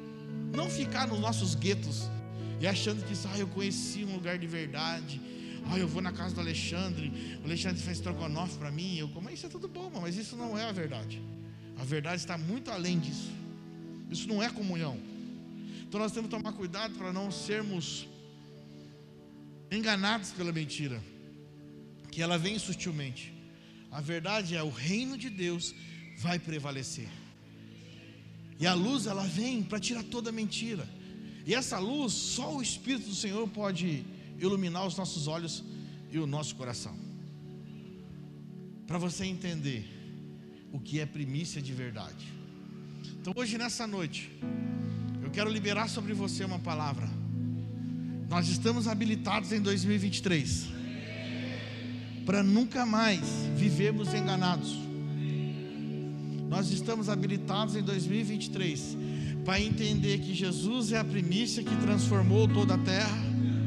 Não ficar nos nossos guetos e achando que ah, eu conheci um lugar de verdade. Ah, eu vou na casa do Alexandre, o Alexandre faz estrogonofe para mim, eu como, isso é tudo bom, mas isso não é a verdade. A verdade está muito além disso. Isso não é comunhão. Então nós temos que tomar cuidado para não sermos enganados pela mentira, que ela vem sutilmente. A verdade é, o reino de Deus vai prevalecer. E a luz, ela vem para tirar toda mentira. E essa luz, só o Espírito do Senhor pode iluminar os nossos olhos e o nosso coração, para você entender o que é primícia de verdade. Então hoje, nessa noite, eu quero liberar sobre você uma palavra. Nós estamos habilitados em dois mil e vinte e três para nunca mais vivermos enganados. Nós estamos habilitados em dois mil e vinte e três para entender que Jesus é a primícia que transformou toda a terra,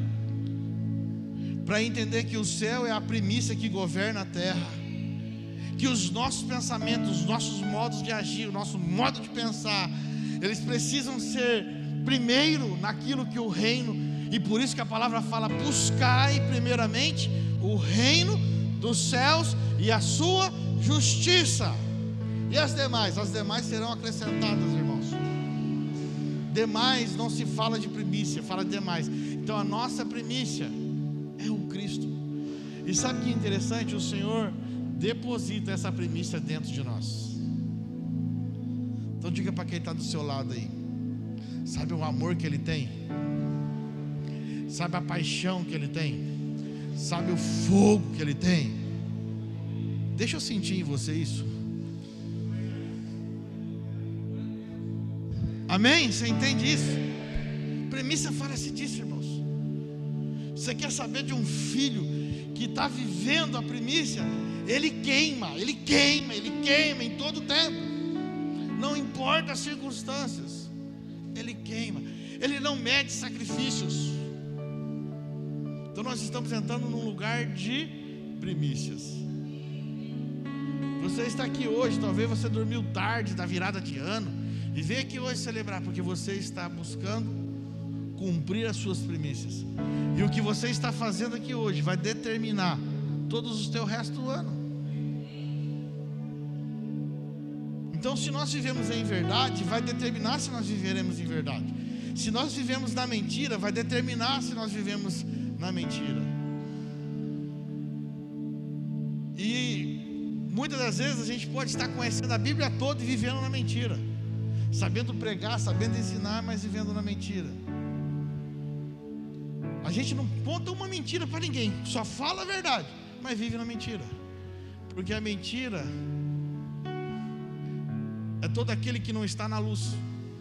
para entender que o céu é a primícia que governa a terra, que os nossos pensamentos, os nossos modos de agir, o nosso modo de pensar, eles precisam ser primeiro naquilo que o reino, e por isso que a palavra fala: buscai primeiramente o reino dos céus e a sua justiça, e as demais, as demais serão acrescentadas, irmãos. Demais não se fala de primícia, fala de demais. Então a nossa primícia é o Cristo. E sabe que interessante? O Senhor deposita essa primícia dentro de nós. Então diga para quem está do seu lado aí: sabe o amor que Ele tem? Sabe a paixão que Ele tem? Sabe o fogo que Ele tem? Deixa eu sentir em você isso. Amém? Você entende isso? Primícia fala-se disso, irmãos. Você quer saber de um filho que está vivendo a primícia? Ele queima, ele queima, ele queima em todo o tempo. Não importa as circunstâncias, ele queima. Ele não mede sacrifícios. Então nós estamos entrando num lugar de primícias. Você está aqui hoje, talvez você dormiu tarde da virada de ano e veio aqui hoje celebrar, porque você está buscando cumprir as suas primícias. E o que você está fazendo aqui hoje vai determinar todos os teus restos do ano. Então, se nós vivemos em verdade, vai determinar se nós viveremos em verdade. Se nós vivemos na mentira, vai determinar se nós vivemos na mentira. E muitas das vezes a gente pode estar conhecendo a Bíblia toda e vivendo na mentira, sabendo pregar, sabendo ensinar, mas vivendo na mentira. A gente não conta uma mentira para ninguém, só fala a verdade, mas vive na mentira. Porque a mentira é todo aquele que não está na luz,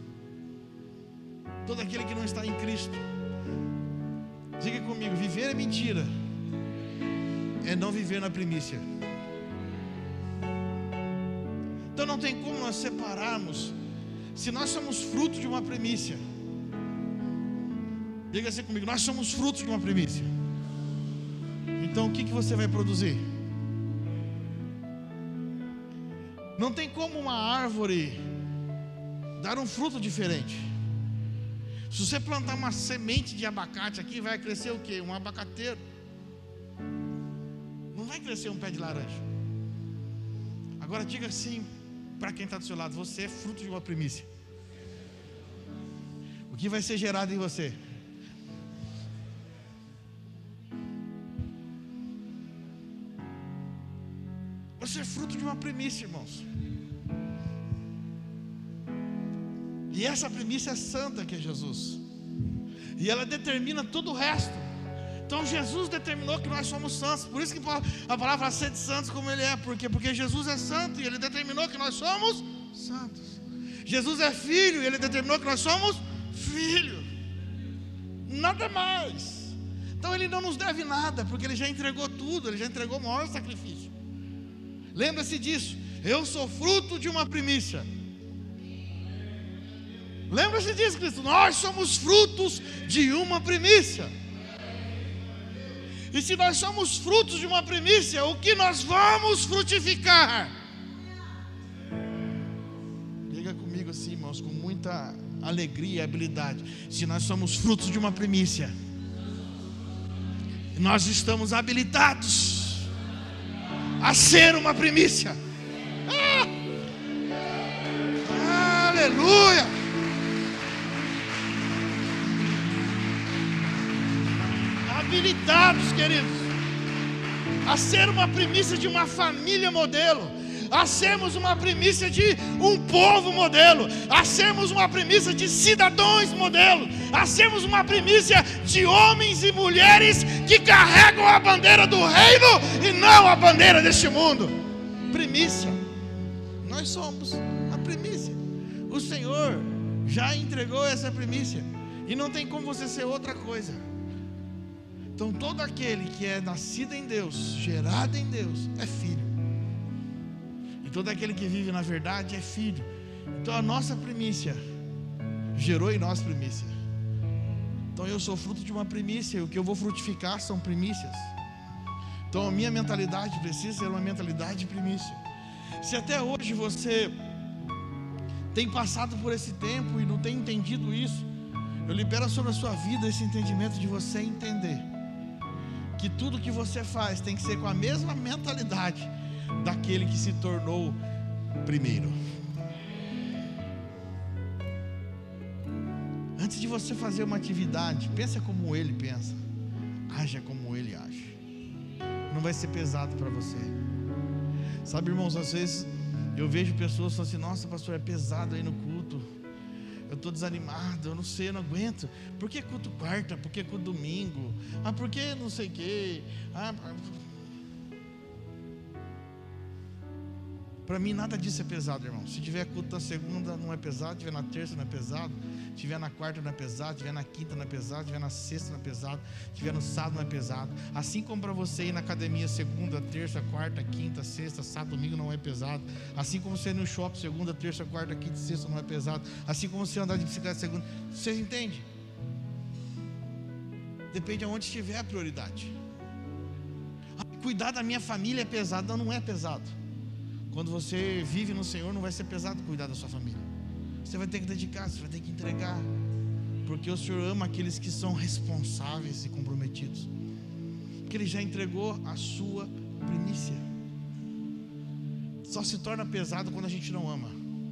todo aquele que não está em Cristo. Diga comigo: viver é mentira, é não viver na primícia. Então não tem como nós separarmos. Se nós somos fruto de uma primícia, diga assim comigo: nós somos frutos de uma primícia. Então o que, que você vai produzir? Não tem como uma árvore dar um fruto diferente. Se você plantar uma semente de abacate aqui, vai crescer o quê? Um abacateiro. Não vai crescer um pé de laranja. Agora diga assim para quem está do seu lado: você é fruto de uma primícia. O que vai ser gerado em você? Você é fruto de uma primícia, irmãos. E essa primícia é santa, que é Jesus. E ela determina todo o resto. Então Jesus determinou que nós somos santos. Por isso que a palavra fala: sede santos como Ele é. Por quê? Porque Jesus é santo e Ele determinou que nós somos santos. Jesus é filho e Ele determinou que nós somos filho. Nada mais. Então Ele não nos deve nada, porque Ele já entregou tudo. Ele já entregou o maior sacrifício. Lembra-se disso: eu sou fruto de uma primícia. Lembra-se disso, Cristo. Nós somos frutos de uma primícia. E se nós somos frutos de uma primícia, o que nós vamos frutificar? Diga comigo assim, irmãos, com muita alegria e habilidade. Se nós somos frutos de uma primícia, nós estamos habilitados a ser uma primícia. Ah! Aleluia! Habilitados, queridos, a ser uma primícia de uma família modelo, a sermos uma primícia de um povo modelo, a sermos uma primícia de cidadãos modelo, a sermos uma primícia de homens e mulheres que carregam a bandeira do reino e não a bandeira deste mundo. Primícia, nós somos a primícia. O Senhor já entregou essa primícia e não tem como você ser outra coisa. Então todo aquele que é nascido em Deus, gerado em Deus, é filho. E todo aquele que vive na verdade é filho. Então a nossa primícia gerou em nós primícia. Então eu sou fruto de uma primícia, e o que eu vou frutificar são primícias. Então a minha mentalidade precisa ser uma mentalidade de primícia. Se até hoje você tem passado por esse tempo e não tem entendido isso, eu libero sobre a sua vida esse entendimento de você entender que tudo que você faz tem que ser com a mesma mentalidade daquele que se tornou primeiro. Antes de você fazer uma atividade, pensa como ele pensa, haja como ele age. Não vai ser pesado para você. Sabe, irmãos, às vezes eu vejo pessoas falando assim: nossa, pastor, é pesado aí no culto, eu estou desanimado, eu não sei, eu não aguento. Por que culto quarta? Por que culto domingo? Ah, por que não sei o quê? Ah, para mim nada disso é pesado, irmão. Se tiver culto na segunda não é pesado, tiver na terça não é pesado, tiver na quarta não é pesado, tiver na quinta não é pesado, tiver na sexta não é pesado, tiver no sábado não é pesado. Assim como para você ir na academia segunda, terça, quarta, quinta, sexta, sábado, domingo não é pesado. Assim como você ir no shopping segunda, terça, quarta, quinta, sexta não é pesado. Assim como você andar de bicicleta segunda. Vocês entendem? Depende de onde estiver a prioridade. Ah, cuidar da minha família é pesado. Não, não é pesado. Quando você vive no Senhor, não vai ser pesado cuidar da sua família. Você vai ter que dedicar, você vai ter que entregar, porque o Senhor ama aqueles que são responsáveis e comprometidos, porque Ele já entregou a sua primícia. Só se torna pesado quando a gente não ama.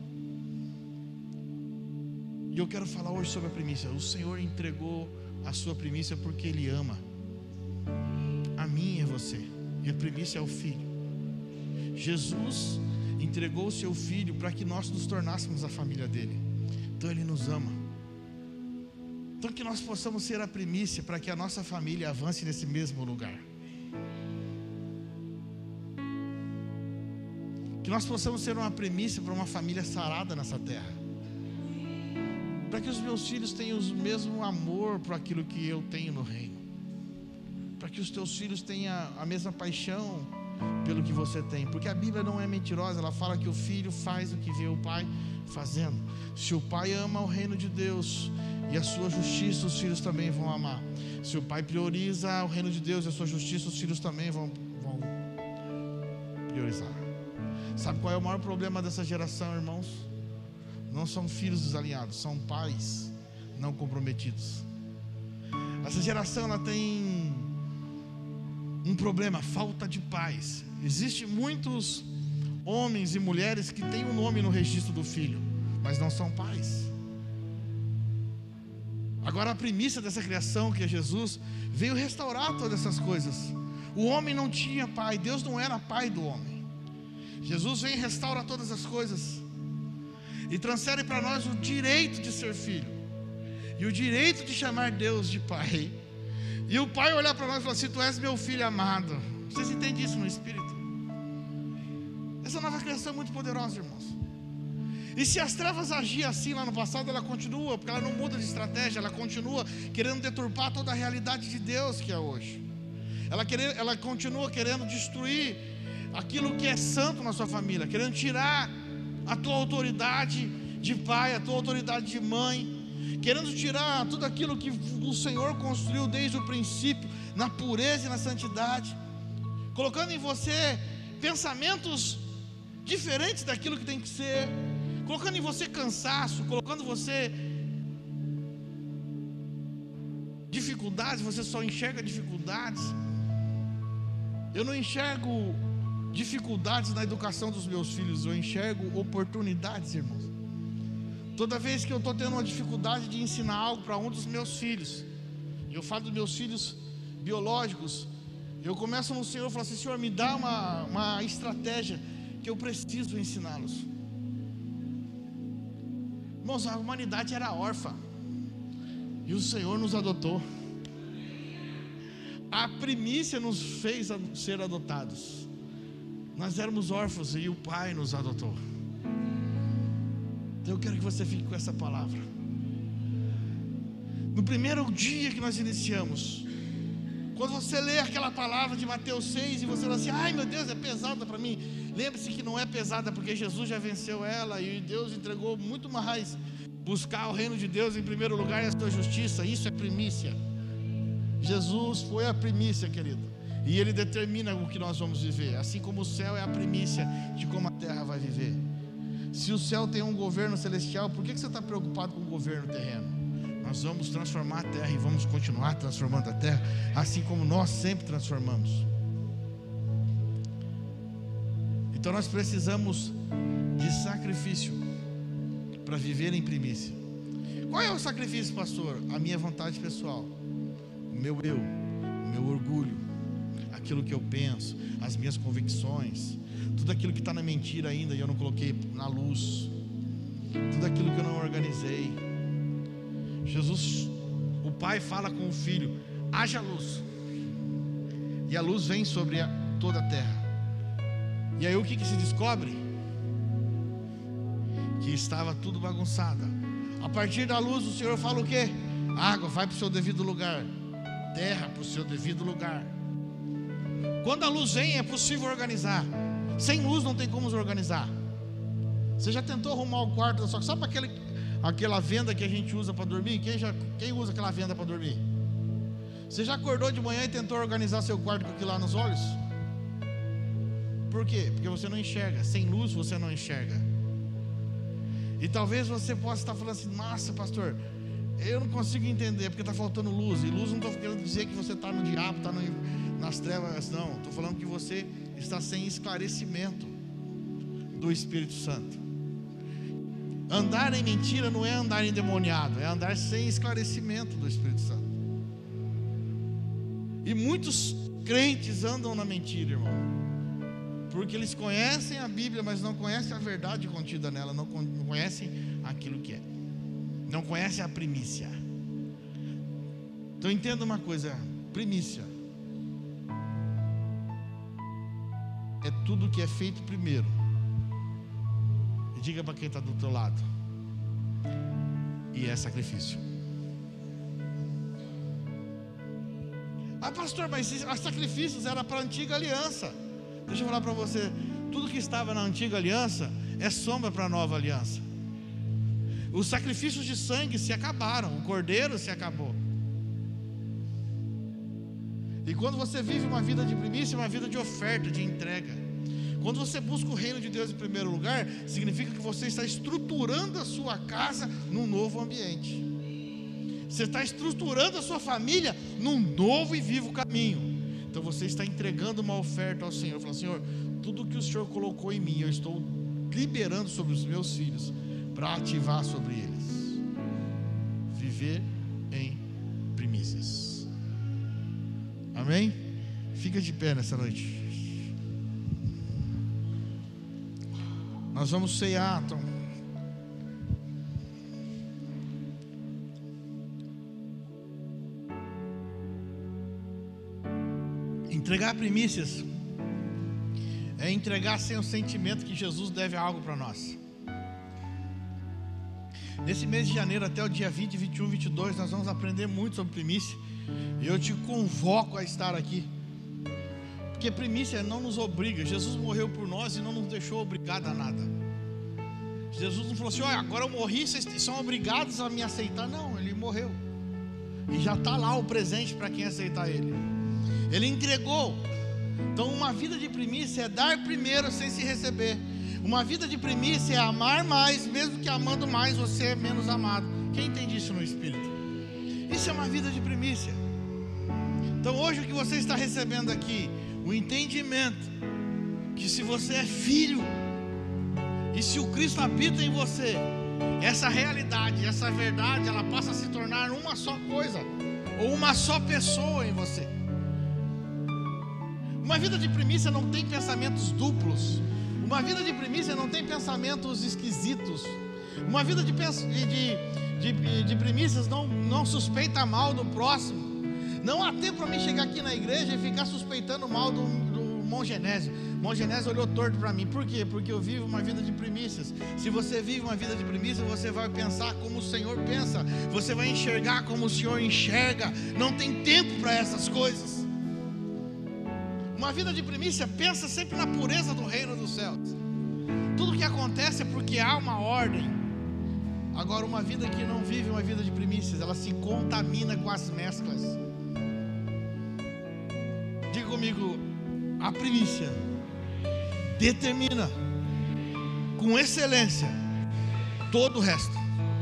E eu quero falar hoje sobre a primícia. O Senhor entregou a sua primícia porque Ele ama. A mim e a você. E a primícia é o Filho. Jesus entregou o seu Filho para que nós nos tornássemos a família dele. Então Ele nos ama. Então que nós possamos ser a primícia para que a nossa família avance nesse mesmo lugar. Que nós possamos ser uma primícia para uma família sarada nessa terra. Para que os meus filhos tenham o mesmo amor por aquilo que eu tenho no reino. Para que os teus filhos tenham a mesma paixão pelo que você tem, porque a Bíblia não é mentirosa. Ela fala que o filho faz o que vê o pai fazendo. Se o pai ama o reino de Deus e a sua justiça, os filhos também vão amar. Se o pai prioriza o reino de Deus e a sua justiça, os filhos também vão, vão priorizar. Sabe qual é o maior problema dessa geração, irmãos? Não são filhos desalinhados, são pais não comprometidos. Essa geração, ela tem um problema, falta de paz. Existem muitos homens e mulheres que têm um nome no registro do filho, mas não são pais. Agora a primícia dessa criação, que é Jesus, veio restaurar todas essas coisas. O homem não tinha pai, Deus não era pai do homem. Jesus vem e restaura todas as coisas e transfere para nós o direito de ser filho e o direito de chamar Deus de pai. E o pai olhar para nós e falar assim: tu és meu filho amado. Vocês entendem isso no Espírito? Essa nova criação é muito poderosa, irmãos. E se as trevas agiam assim lá no passado, ela continua, porque ela não muda de estratégia. Ela continua querendo deturpar toda a realidade de Deus que é hoje. Ela, querer, ela continua querendo destruir aquilo que é santo na sua família, querendo tirar a tua autoridade de pai, a tua autoridade de mãe, querendo tirar tudo aquilo que o Senhor construiu desde o princípio, na pureza e na santidade, colocando em você pensamentos diferentes daquilo que tem que ser, colocando em você cansaço, colocando você dificuldades, você só enxerga dificuldades. Eu não enxergo dificuldades na educação dos meus filhos, eu enxergo oportunidades, irmãos. Toda vez que eu estou tendo uma dificuldade de ensinar algo para um dos meus filhos, eu falo dos meus filhos biológicos, eu começo no Senhor e falo assim: Senhor, me dá uma, uma estratégia que eu preciso ensiná-los. Irmãos, a humanidade era órfã e o Senhor nos adotou. A primícia nos fez ser adotados. Nós éramos órfãos e o Pai nos adotou. Então eu quero que você fique com essa palavra. No primeiro dia que nós iniciamos, quando você lê aquela palavra de Mateus seis e você fala assim: ai meu Deus, é pesada para mim. Lembre-se que não é pesada, porque Jesus já venceu ela e Deus entregou muito mais. Buscar o reino de Deus em primeiro lugar e a sua justiça, isso é primícia. Jesus foi a primícia, querido, e Ele determina o que nós vamos viver, assim como o céu é a primícia de como a terra vai viver. Se o céu tem um governo celestial, por que você está preocupado com o governo terreno? Nós vamos transformar a terra e vamos continuar transformando a terra, assim como nós sempre transformamos. Então nós precisamos de sacrifício para viver em primícia. Qual é o sacrifício, pastor? A minha vontade pessoal, o meu eu, o meu orgulho, aquilo que eu penso, as minhas convicções, tudo aquilo que está na mentira ainda e eu não coloquei na luz, tudo aquilo que eu não organizei. Jesus, o Pai fala com o Filho: haja luz, e a luz vem sobre a, toda a terra. E aí o que, que se descobre? Que estava tudo bagunçado. A partir da luz o Senhor fala o quê? Água vai para o seu devido lugar, terra para o seu devido lugar. Quando a luz vem é possível organizar. Sem luz não tem como se organizar. Você já tentou arrumar o quarto da sua casa? Sabe aquele, aquela venda que a gente usa para dormir? Quem, já, quem usa aquela venda para dormir? Você já acordou de manhã e tentou organizar seu quarto com aquilo lá nos olhos? Por quê? Porque você não enxerga. Sem luz você não enxerga. E talvez você possa estar falando assim: nossa, pastor, eu não consigo entender porque está faltando luz. E luz não estou querendo dizer que você está no diabo, está nas trevas, não. Estou falando que você está sem esclarecimento do Espírito Santo. Andar em mentira não é andar endemoniado, é andar sem esclarecimento do Espírito Santo. E muitos crentes andam na mentira, irmão, porque eles conhecem a Bíblia, mas não conhecem a verdade contida nela, não conhecem aquilo que é, não conhecem a primícia. Então entenda uma coisa: primícia é tudo que é feito primeiro. E diga para quem está do teu lado: e é sacrifício. Ah, pastor, mas os sacrifícios eram para a antiga aliança. Deixa eu falar para você: tudo que estava na antiga aliança é sombra para a nova aliança. Os sacrifícios de sangue se acabaram, o cordeiro se acabou. E quando você vive uma vida de primícia, é uma vida de oferta, de entrega. Quando você busca o reino de Deus em primeiro lugar, significa que você está estruturando a sua casa num novo ambiente. Você está estruturando a sua família num novo e vivo caminho. Então você está entregando uma oferta ao Senhor. Fala: Senhor, tudo que o Senhor colocou em mim, eu estou liberando sobre os meus filhos, para ativar sobre eles. Viver em primícias. Amém? Fica de pé nessa noite. Nós vamos ceiar, então. Entregar primícias é entregar sem o sentimento que Jesus deve algo para nós. Nesse mês de janeiro até o dia vinte, vinte e um, vinte e dois, nós vamos aprender muito sobre primícia. E eu te convoco a estar aqui, porque primícia não nos obriga. Jesus morreu por nós e não nos deixou obrigado a nada. Jesus não falou assim: olha, agora eu morri, vocês são obrigados a me aceitar. Não, Ele morreu e já está lá o presente para quem aceitar Ele. Ele entregou. Então uma vida de primícia é dar primeiro sem se receber. Uma vida de primícia é amar mais, mesmo que amando mais você é menos amado. Quem entende isso no Espírito? Isso é uma vida de primícia. Então hoje o que você está recebendo aqui, o entendimento que se você é filho, e se o Cristo habita em você, essa realidade, essa verdade, ela passa a se tornar uma só coisa, ou uma só pessoa em você. Uma vida de primícia não tem pensamentos duplos. Uma vida de primícia não tem pensamentos esquisitos. Uma vida de, de, de, de primícias não, não suspeita mal do próximo. Não há tempo para mim chegar aqui na igreja e ficar suspeitando mal do, do Mongenésio. Mongenésio olhou torto para mim. Por quê? Porque eu vivo uma vida de primícias. Se você vive uma vida de primícias, você vai pensar como o Senhor pensa. Você vai enxergar como o Senhor enxerga. Não tem tempo para essas coisas. Uma vida de primícia pensa sempre na pureza do reino dos céus. Tudo que acontece é porque há uma ordem. Agora, uma vida que não vive uma vida de primícias, ela se contamina com as mesclas. Diga comigo, a primícia determina com excelência todo o resto.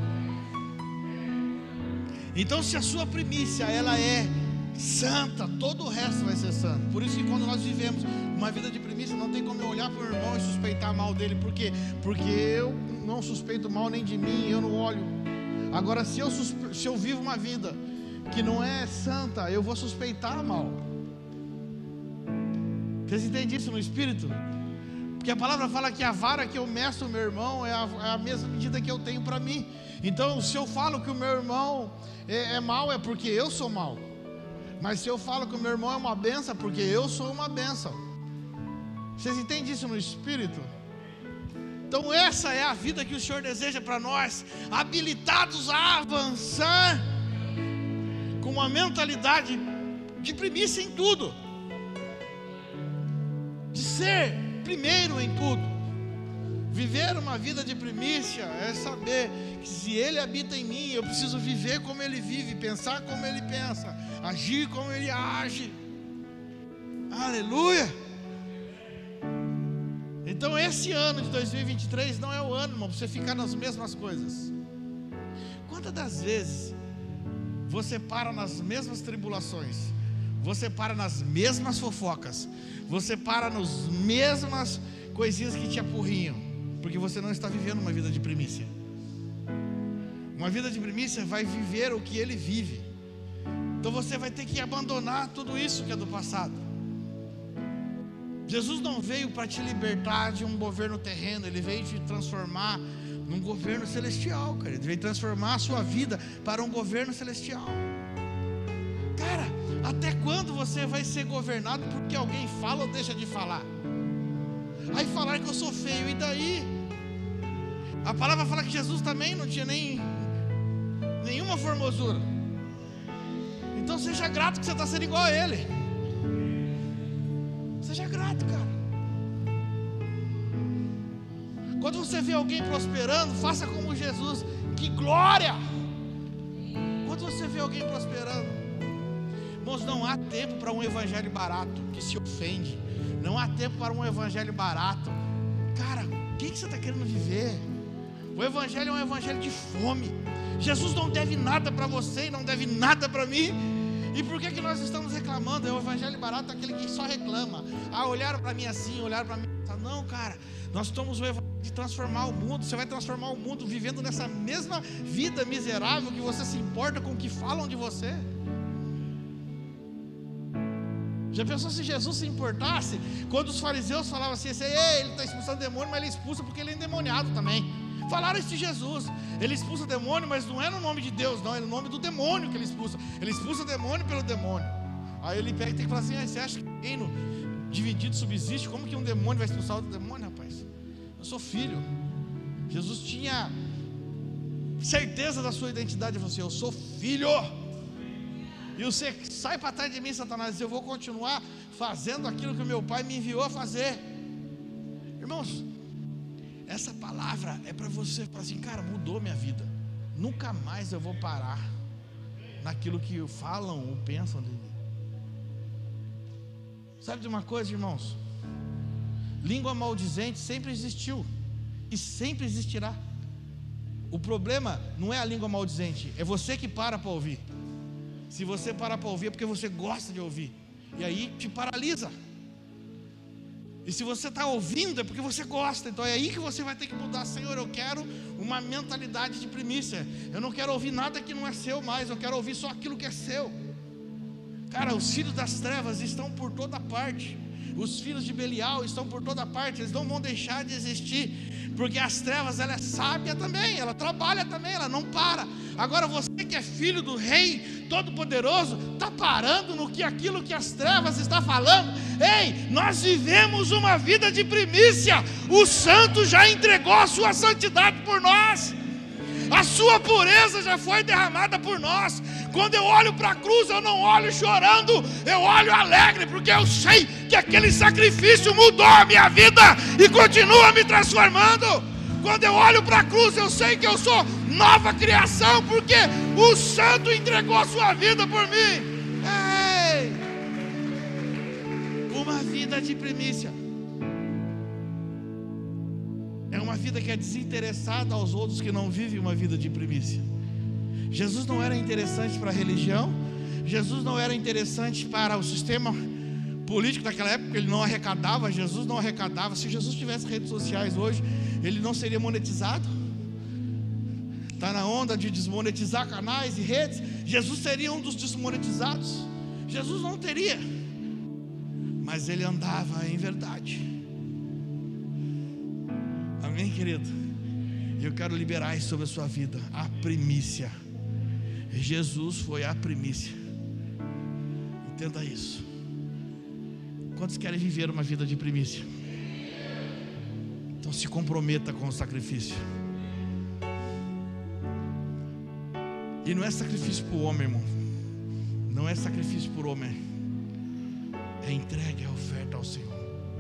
Então, se a sua primícia ela é santa, todo o resto vai ser santo. Por isso que quando nós vivemos uma vida de primícia, não tem como eu olhar para o irmão e suspeitar mal dele. Por quê? Porque eu não suspeito mal nem de mim, eu não olho. Agora, se eu, suspe... se eu vivo uma vida que não é santa, eu vou suspeitar mal. Vocês entendem isso no Espírito? Porque a palavra fala que a vara que eu meço o meu irmão é a, é a mesma medida que eu tenho para mim. Então, se eu falo que o meu irmão é, é mau, é porque eu sou mau. Mas se eu falo que o meu irmão é uma bênção, é porque eu sou uma bênção. Vocês entendem isso no Espírito? Então essa é a vida que o Senhor deseja para nós, habilitados a avançar, com uma mentalidade de primícia em tudo, de ser primeiro em tudo. Viver uma vida de primícia é saber que se Ele habita em mim, eu preciso viver como Ele vive, pensar como Ele pensa, agir como Ele age. Aleluia! Então esse ano de dois mil e vinte e três não é o ano, irmão, para você ficar nas mesmas coisas. Quantas das vezes você para nas mesmas tribulações, você para nas mesmas fofocas, você para nas mesmas coisinhas que te apurrinham, porque você não está vivendo uma vida de primícia. Uma vida de primícia vai viver o que Ele vive. Então você vai ter que abandonar tudo isso que é do passado. Jesus não veio para te libertar de um governo terreno, Ele veio te transformar num governo celestial, cara. Ele veio transformar a sua vida para um governo celestial. Cara, até quando você vai ser governado porque alguém fala ou deixa de falar? Aí falaram que eu sou feio, e daí? A palavra fala que Jesus também não tinha nem nenhuma formosura. Então seja grato que você está sendo igual a Ele. Seja grato, cara. Quando você vê alguém prosperando, faça como Jesus. Que glória! Quando você vê alguém prosperando, irmãos, não há tempo para um evangelho barato que se ofende. Não há tempo para um evangelho barato. Cara, o que você está querendo viver? O evangelho é um evangelho de fome. Jesus não deve nada para você e não deve nada para mim. E por que que nós estamos reclamando? É o evangelho barato, aquele que só reclama. Ah, olharam para mim assim, olharam para mim. Não, cara, nós estamos o evangelho de transformar o mundo. Você vai transformar o mundo vivendo nessa mesma vida miserável que você se importa com o que falam de você. Já pensou se Jesus se importasse quando os fariseus falavam assim, ei, ele está expulsando demônio, mas ele expulsa porque ele é endemoniado também. Falaram isso de Jesus. Ele expulsa o demônio, mas não é no nome de Deus, não, é no nome do demônio que ele expulsa. Ele expulsa o demônio pelo demônio. Aí ele pega e tem que falar assim, ah, você acha que o reino dividido subsiste? Como que um demônio vai expulsar outro demônio, rapaz? Eu sou filho. Jesus tinha certeza da sua identidade. Ele falou assim, eu sou filho. E você sai para trás de mim, Satanás. Eu vou continuar fazendo aquilo que o meu pai me enviou a fazer. Irmãos, essa palavra é para você falar assim, cara, mudou minha vida. Nunca mais eu vou parar naquilo que falam ou pensam de mim. Sabe de uma coisa, irmãos? Língua maldizente sempre existiu e sempre existirá. O problema não é a língua maldizente, é você que para para ouvir. Se você parar para ouvir é porque você gosta de ouvir, e aí te paralisa. E se você está ouvindo é porque você gosta. Então é aí que você vai ter que mudar. Senhor, eu quero uma mentalidade de primícia. Eu não quero ouvir nada que não é seu mais. Eu quero ouvir só aquilo que é seu. Cara, os filhos das trevas estão por toda parte. Os filhos de Belial estão por toda parte. Eles não vão deixar de existir, porque as trevas, ela é sábia também, ela trabalha também, ela não para. Agora você que é filho do Rei Todo-Poderoso, está parando no que aquilo que as trevas está falando. Ei, nós vivemos uma vida de primícia. O Santo já entregou a sua santidade por nós. A sua pureza já foi derramada por nós. Quando eu olho para a cruz, eu não olho chorando, eu olho alegre, porque eu sei que aquele sacrifício mudou a minha vida e continua me transformando. Quando eu olho para a cruz, eu sei que eu sou nova criação, porque o Santo entregou a sua vida por mim. Ei! Uma vida de primícia é uma vida que é desinteressada aos outros que não vivem uma vida de primícia. Jesus não era interessante para a religião, Jesus não era interessante para o sistema político daquela época, ele não arrecadava, Jesus não arrecadava. Se Jesus tivesse redes sociais hoje, ele não seria monetizado. Está na onda de desmonetizar canais e redes. Jesus seria um dos desmonetizados. Jesus não teria, mas ele andava em verdade. Amém, querido? Eu quero liberar isso sobre a sua vida. A primícia. Jesus foi a primícia. Entenda isso. Quantos querem viver uma vida de primícia? Então se comprometa com o sacrifício. E não é sacrifício para o homem, irmão. Não é sacrifício para o homem. É entregue, é oferta ao Senhor.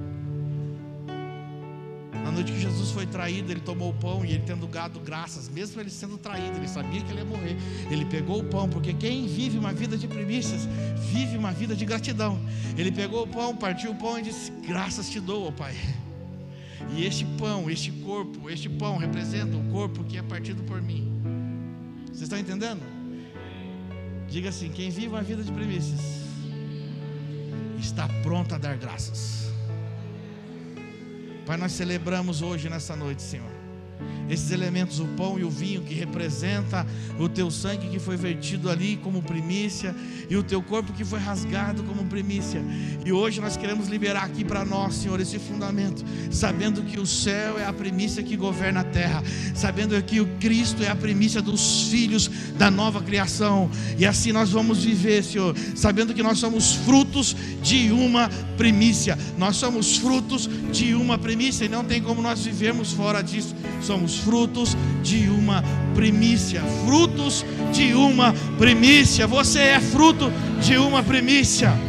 Na noite que Jesus foi traído, ele tomou o pão e ele tendo dado graças, mesmo ele sendo traído, ele sabia que ele ia morrer. Ele pegou o pão, porque quem vive uma vida de primícias, vive uma vida de gratidão. Ele pegou o pão, partiu o pão e disse: graças te dou, ó Pai. E este pão, este corpo, este pão representa o corpo que é partido por mim. Vocês estão entendendo? Diga assim: quem vive uma vida de primícias está pronto a dar graças. Pai, nós celebramos hoje, nessa noite, Senhor, esses elementos, o pão e o vinho, que representa o teu sangue que foi vertido ali como primícia, e o teu corpo que foi rasgado como primícia. E hoje nós queremos liberar aqui para nós, Senhor, esse fundamento, sabendo que o céu é a primícia que governa a terra, sabendo que o Cristo é a primícia dos filhos da nova criação. E assim nós vamos viver, Senhor, sabendo que nós somos frutos de uma primícia. Nós somos frutos de uma primícia, e não tem como nós vivermos fora disso. Somos frutos de uma primícia. Frutos de uma primícia. Você é fruto de uma primícia.